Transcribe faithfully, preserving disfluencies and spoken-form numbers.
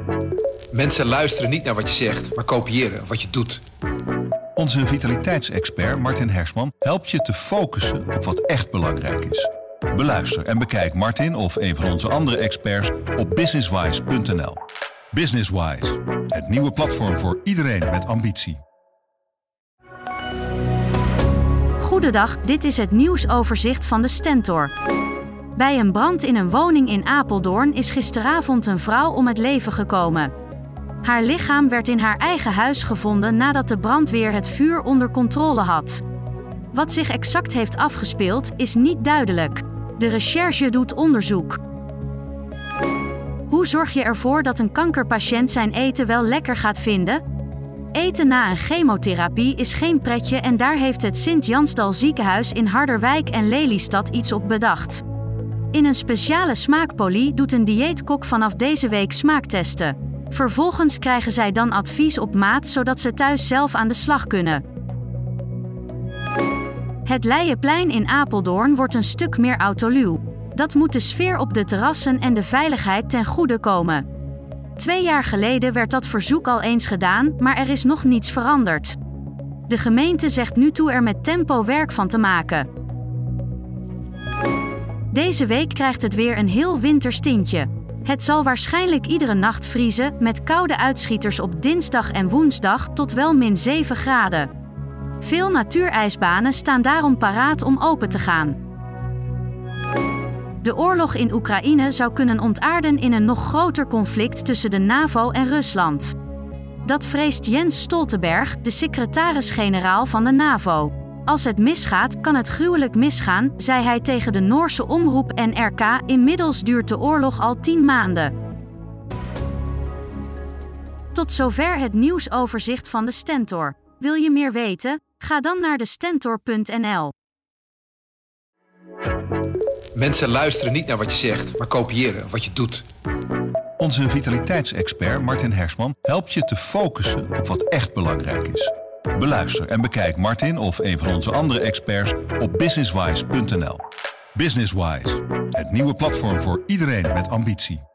Mensen luisteren niet naar wat je zegt, maar kopiëren wat je doet. Onze vitaliteitsexpert Martin Hersman helpt je te focussen op wat echt belangrijk is. Beluister en bekijk Martin of een van onze andere experts op businesswise punt n l. Businesswise, het nieuwe platform voor iedereen met ambitie. Goedendag, dit is het nieuwsoverzicht van de Stentor. Bij een brand in een woning in Apeldoorn is gisteravond een vrouw om het leven gekomen. Haar lichaam werd in haar eigen huis gevonden nadat de brandweer het vuur onder controle had. Wat zich exact heeft afgespeeld, is niet duidelijk. De recherche doet onderzoek. Hoe zorg je ervoor dat een kankerpatiënt zijn eten wel lekker gaat vinden? Eten na een chemotherapie is geen pretje en daar heeft het Sint-Jansdal ziekenhuis in Harderwijk en Lelystad iets op bedacht. In een speciale smaakpolie doet een dieetkok vanaf deze week smaaktesten. Vervolgens krijgen zij dan advies op maat zodat ze thuis zelf aan de slag kunnen. Het Leijenplein in Apeldoorn wordt een stuk meer autoluw. Dat moet de sfeer op de terrassen en de veiligheid ten goede komen. Twee jaar geleden werd dat verzoek al eens gedaan, maar er is nog niets veranderd. De gemeente zegt nu toe er met tempo werk van te maken. Deze week krijgt het weer een heel winters tintje. Het zal waarschijnlijk iedere nacht vriezen, met koude uitschieters op dinsdag en woensdag tot wel min zeven graden. Veel natuurijsbanen staan daarom paraat om open te gaan. De oorlog in Oekraïne zou kunnen ontaarden in een nog groter conflict tussen de NAVO en Rusland. Dat vreest Jens Stoltenberg, de secretaris-generaal van de NAVO. Als het misgaat, kan het gruwelijk misgaan, zei hij tegen de Noorse omroep N R K. Inmiddels duurt de oorlog al tien maanden. Tot zover het nieuwsoverzicht van de Stentor. Wil je meer weten? Ga dan naar de stentor punt n l. Mensen luisteren niet naar wat je zegt, maar kopiëren wat je doet. Onze vitaliteitsexpert Martin Hersman helpt je te focussen op wat echt belangrijk is. Beluister en bekijk Martin of een van onze andere experts op businesswise punt n l. Businesswise, het nieuwe platform voor iedereen met ambitie.